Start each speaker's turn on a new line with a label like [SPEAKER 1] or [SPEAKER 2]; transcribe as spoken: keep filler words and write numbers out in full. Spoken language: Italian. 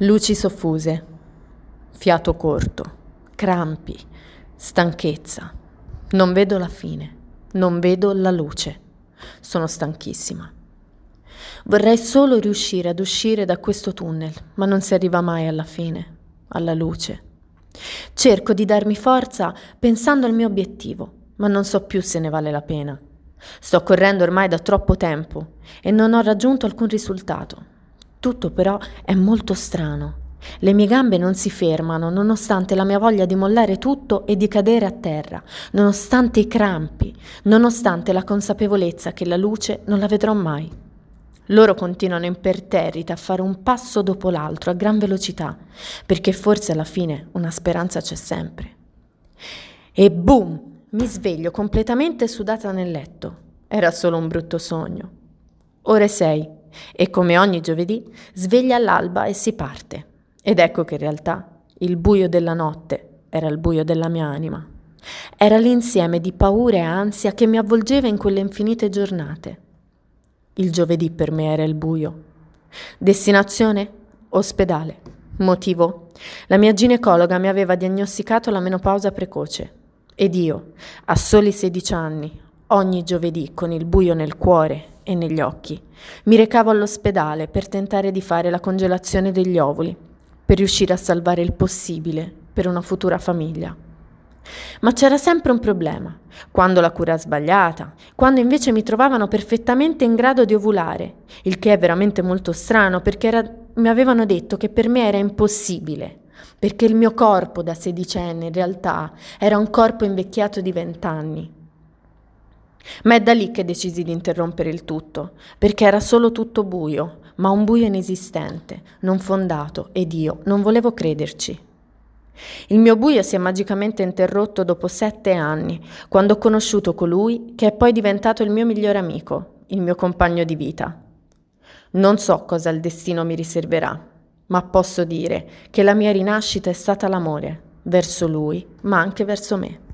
[SPEAKER 1] Luci soffuse, fiato corto, crampi, stanchezza. Non vedo la fine, non vedo la luce. Sono stanchissima. Vorrei solo riuscire ad uscire da questo tunnel, ma non si arriva mai alla fine, alla luce. Cerco di darmi forza pensando al mio obiettivo, ma non so più se ne vale la pena. Sto correndo ormai da troppo tempo e non ho raggiunto alcun risultato. Tutto però è molto strano. Le mie gambe non si fermano, nonostante la mia voglia di mollare tutto e di cadere a terra, nonostante i crampi, nonostante la consapevolezza che la luce non la vedrò mai. Loro continuano imperterriti a fare un passo dopo l'altro a gran velocità, perché forse alla fine una speranza c'è sempre. E boom! Mi sveglio completamente sudata nel letto. Era solo un brutto sogno. Ore sei. E come ogni giovedì, sveglia all'alba e si parte. Ed ecco che in realtà il buio della notte era il buio della mia anima. Era l'insieme di paura e ansia che mi avvolgeva in quelle infinite giornate. Il giovedì per me era il buio. Destinazione? Ospedale. Motivo? La mia ginecologa mi aveva diagnosticato la menopausa precoce. Ed io, a soli sedici anni, ogni giovedì con il buio nel cuore e negli occhi, mi recavo all'ospedale per tentare di fare la congelazione degli ovuli, per riuscire a salvare il possibile per una futura famiglia. Ma c'era sempre un problema, quando la cura sbagliata, quando invece mi trovavano perfettamente in grado di ovulare, il che è veramente molto strano perché era, mi avevano detto che per me era impossibile, perché il mio corpo da sedicenne in realtà era un corpo invecchiato di vent'anni. Ma è da lì che decisi di interrompere il tutto, perché era solo tutto buio, ma un buio inesistente, non fondato, ed io non volevo crederci. Il mio buio si è magicamente interrotto dopo sette anni, quando ho conosciuto colui che è poi diventato il mio migliore amico, il mio compagno di vita. Non so cosa il destino mi riserverà, ma posso dire che la mia rinascita è stata l'amore, verso lui, ma anche verso me.